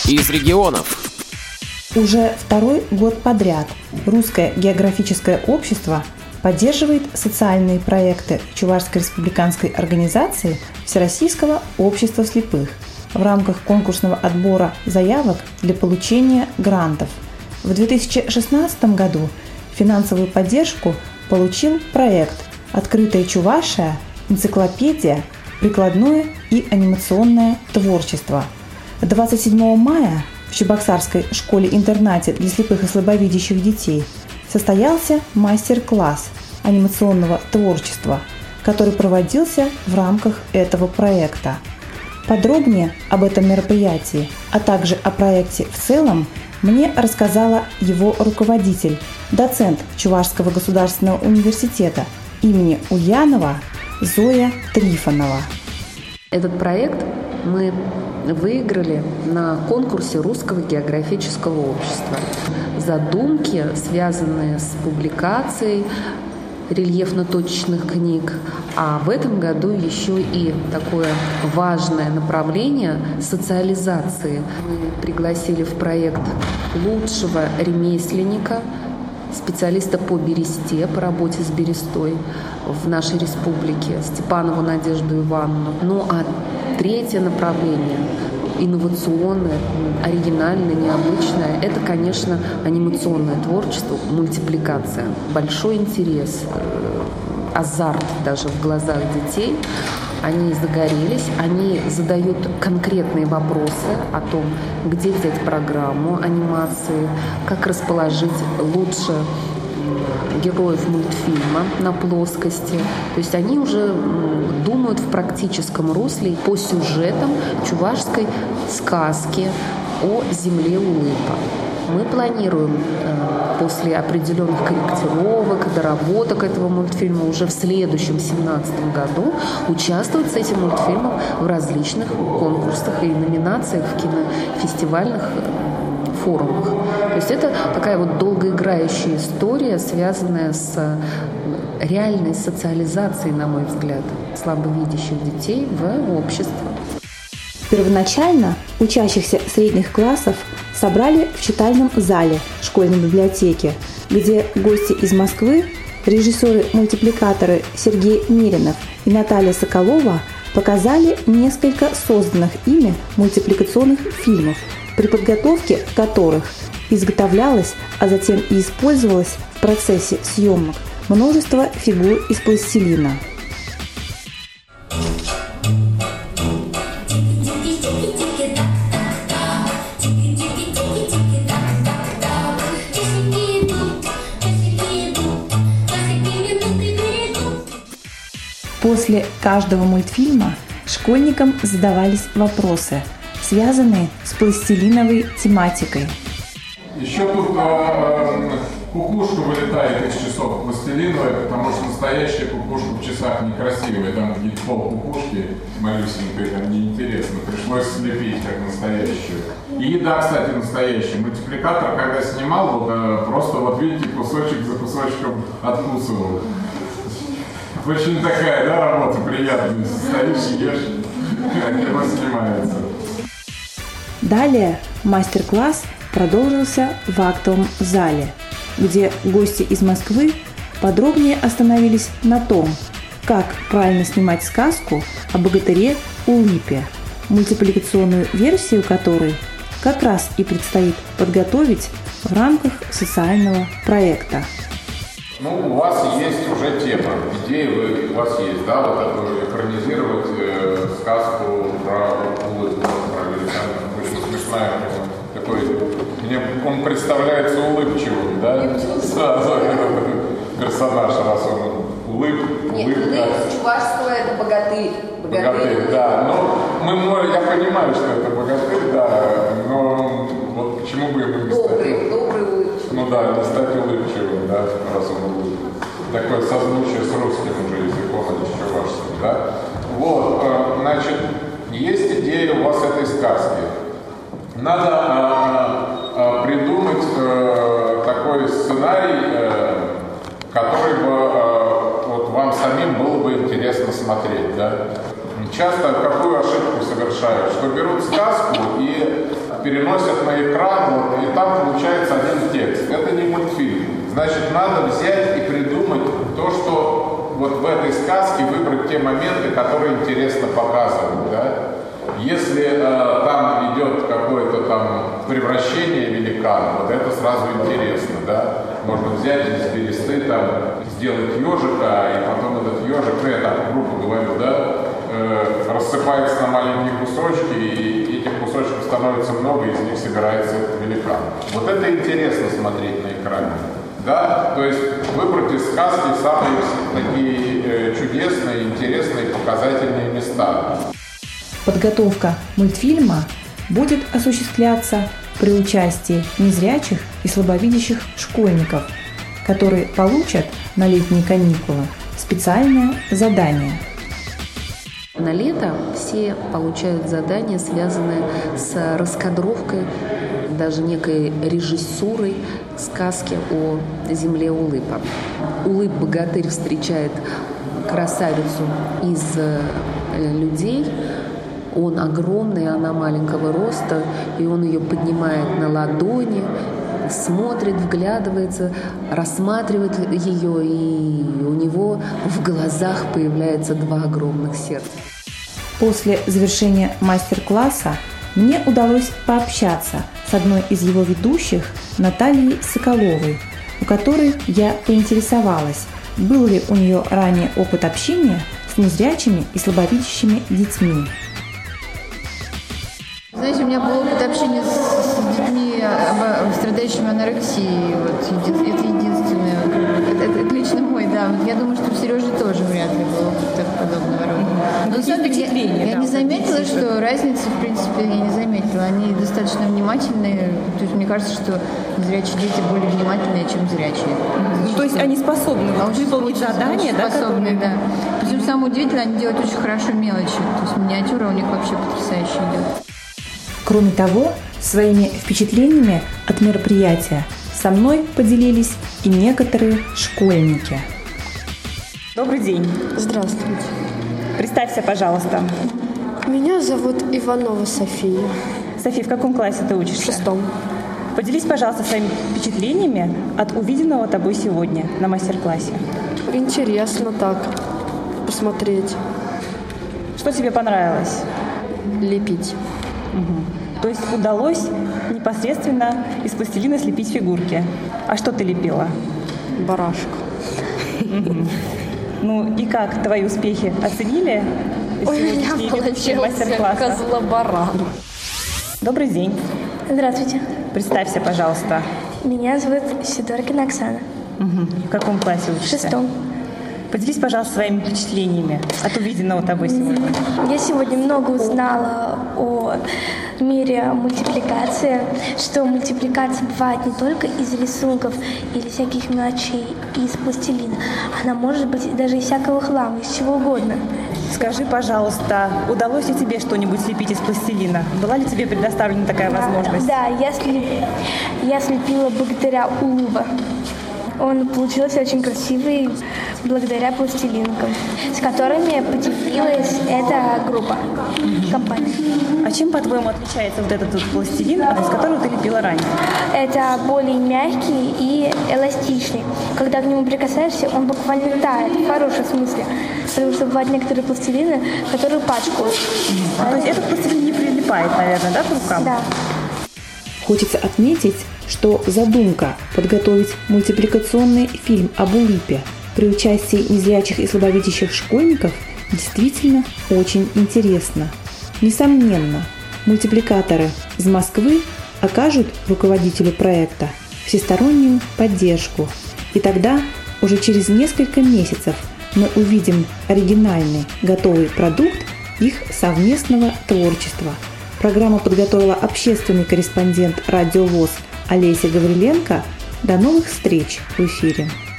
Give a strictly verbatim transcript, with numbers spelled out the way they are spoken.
из регионов. Уже второй год подряд Русское географическое общество поддерживает социальные проекты Чувашской республиканской организации Всероссийского общества слепых в рамках конкурсного отбора заявок для получения грантов. В две тысячи шестнадцатом году финансовую поддержку получил проект «Открытая Чувашия. Энциклопедия. Прикладное и анимационное творчество». двадцать седьмого мая в Чебоксарской школе-интернате для слепых и слабовидящих детей состоялся мастер-класс анимационного творчества, который проводился в рамках этого проекта. Подробнее об этом мероприятии, а также о проекте в целом, мне рассказала его руководитель, доцент Чувашского государственного университета имени Ульянова Зоя Трифонова. Этот проект мы выиграли на конкурсе Русского географического общества. Задумки, связанные с публикацией рельефно-точечных книг, а в этом году еще и такое важное направление социализации. Мы пригласили в проект лучшего ремесленника, специалиста по бересте, по работе с берестой в нашей республике, Степанову Надежду Ивановну. Ну а третье направление, инновационное, оригинальное, необычное, это, конечно, анимационное творчество, мультипликация. Большой интерес, азарт даже в глазах детей. Они загорелись, они задают конкретные вопросы о том, где взять программу анимации, как расположить лучше героев мультфильма на плоскости. То есть они уже думают в практическом русле по сюжетам чувашской сказки о земле Улыпа. Мы планируем э, после определенных корректировок, доработок этого мультфильма уже в следующем семнадцатом году участвовать с этим мультфильмом в различных конкурсах и номинациях в кинофестивальных э, форумах. То есть это такая вот долгоиграющая история, связанная с реальной социализацией, на мой взгляд, слабовидящих детей в общество. Первоначально учащихся средних классов собрали в читальном зале школьной библиотеки, где гости из Москвы, режиссеры-мультипликаторы Сергей Меринов и Наталья Соколова показали несколько созданных ими мультипликационных фильмов, при подготовке которых изготовлялось, а затем и использовалось в процессе съемок множество фигур из пластилина. После каждого мультфильма школьникам задавались вопросы, связанные с пластилиновой тематикой. Еще тут э, кукушка вылетает из часов пластилиновая, потому что настоящая кукушка в часах некрасивая. Там где пол кукушки малюсенькой, там неинтересно. Пришлось слепить как настоящую. И да, кстати, настоящий мультипликатор, когда снимал, вот, э, просто вот видите, кусочек за кусочком откусывал. Очень такая, да, работа приятная. Стоишь, ешь, кино снимается. Далее мастер-класс продолжился в актовом зале, где гости из Москвы подробнее остановились на том, как правильно снимать сказку о богатыре Улыпе, мультипликационную версию которой как раз и предстоит подготовить в рамках социального проекта. Ну, у вас есть уже тема, идеи вы, у вас есть, да, вот это экранизировать э, сказку про Улыбу, про великана, очень смешная, такой, мне он представляется улыбчивым, да, да, персонаж, раз он улыб, Нет, улыбка. Нет, чувашского это богатырь. Богатырь, богатырь, да, ну, мы, мы, я понимаю, что это богатырь, да, но вот почему бы ему не стать? Добрый, добрый улыбчивый. Ну да, не стать улыбчивым, да, раз он улыбчивый. Такое созвучие с русским уже языком, а не с чувашским, да. Вот, значит, есть идея у вас этой сказки. Надо а, а, придумать а, такой сценарий, а, который бы а, вот вам самим было бы интересно смотреть, да. Часто какую ошибку совершают, что берут сказку и переносят на экран, вот, и там получается один текст. Это не мультфильм. Значит, надо взять и придумать то, что вот в этой сказке выбрать те моменты, которые интересно показывают, да? Если э, там идет какое-то там превращение великана, вот это сразу интересно, да? Можно взять из бересты, там, сделать ежика, и потом этот ежик, ну я так грубо говорю, да, э, рассыпается на маленькие кусочки, и этих кусочков становится много, и из них собирается этот великан. Вот это интересно смотреть на экране. Да, то есть выбрать из сказки самые такие э, чудесные, интересные, показательные места. Подготовка мультфильма будет осуществляться при участии незрячих и слабовидящих школьников, которые получат на летние каникулы специальное задание. На лето все получают задания, связанные с раскадровкой, даже некой режиссурой сказки о земле Улыпа. Улып-богатырь встречает красавицу из людей. Он огромный, она маленького роста, и он ее поднимает на ладони, смотрит, вглядывается, рассматривает ее, и у него в глазах появляется два огромных сердца. После завершения мастер-класса мне удалось пообщаться с одной из его ведущих, Натальей Соколовой, у которой я поинтересовалась, был ли у нее ранее опыт общения с незрячими и слабовидящими детьми. Знаете, у меня был опыт общения с, с детьми, страдающими анорексией. Вот, это единственное. Это, это, это лично мой, да. Я думаю, что у Сережи тоже вряд ли был опыт подобного рода. Но на самом деле я, я не заметила, что разницы, в принципе, я не заметила. Они достаточно внимательные. То есть мне кажется, что незрячие дети более внимательные, чем зрячие. Ну, то есть они способны а выполнить задания, да? Способны, да. Причем самое удивительное, они делают очень хорошо мелочи. То есть миниатюра у них вообще потрясающе идет. Кроме того, своими впечатлениями от мероприятия со мной поделились и некоторые школьники. Добрый день. Здравствуйте. Представься, пожалуйста. Меня зовут Иванова София. София, в каком классе ты учишься? В шестом. Поделись, пожалуйста, своими впечатлениями от увиденного тобой сегодня на мастер-классе. Интересно так посмотреть. Что тебе понравилось? Лепить. Угу. То есть удалось непосредственно из пластилина слепить фигурки. А что ты лепила? Барашек. Угу. Ну и как твои успехи оценили? Ой, у меня получился козлобаран. Добрый день. Здравствуйте. Представься, пожалуйста. Меня зовут Сидоркина Оксана. Угу. В каком классе учишься? В шестом. Поделись, пожалуйста, своими впечатлениями от увиденного тобой сегодня. Я сегодня много узнала о мире мультипликации, что мультипликация бывает не только из рисунков или всяких мелочей, из пластилина. Она может быть даже из всякого хлама, из чего угодно. Скажи, пожалуйста, удалось ли тебе что-нибудь слепить из пластилина? Была ли тебе предоставлена такая да, возможность? Да, я, слеп... я слепила богатыря Улыба. Он получился очень красивый благодаря пластилинкам, с которыми поделилась эта группа, компания. А чем, по-твоему, отличается вот этот вот пластилин, от которого ты лепила ранее? Это более мягкий и эластичный. Когда к нему прикасаешься, он буквально тает, в хорошем смысле. Потому что бывают некоторые пластилины, которые пачкают. А, то есть этот пластилин не прилипает, наверное, да, к рукам? Да. Хочется отметить, что задумка подготовить мультипликационный фильм об Улыпе при участии незрячих и слабовидящих школьников действительно очень интересна. Несомненно, мультипликаторы из Москвы окажут руководителю проекта всестороннюю поддержку, и тогда уже через несколько месяцев мы увидим оригинальный готовый продукт их совместного творчества. Программу подготовила общественный корреспондент Радио ВОС Олеся Гавриленко. До новых встреч в эфире!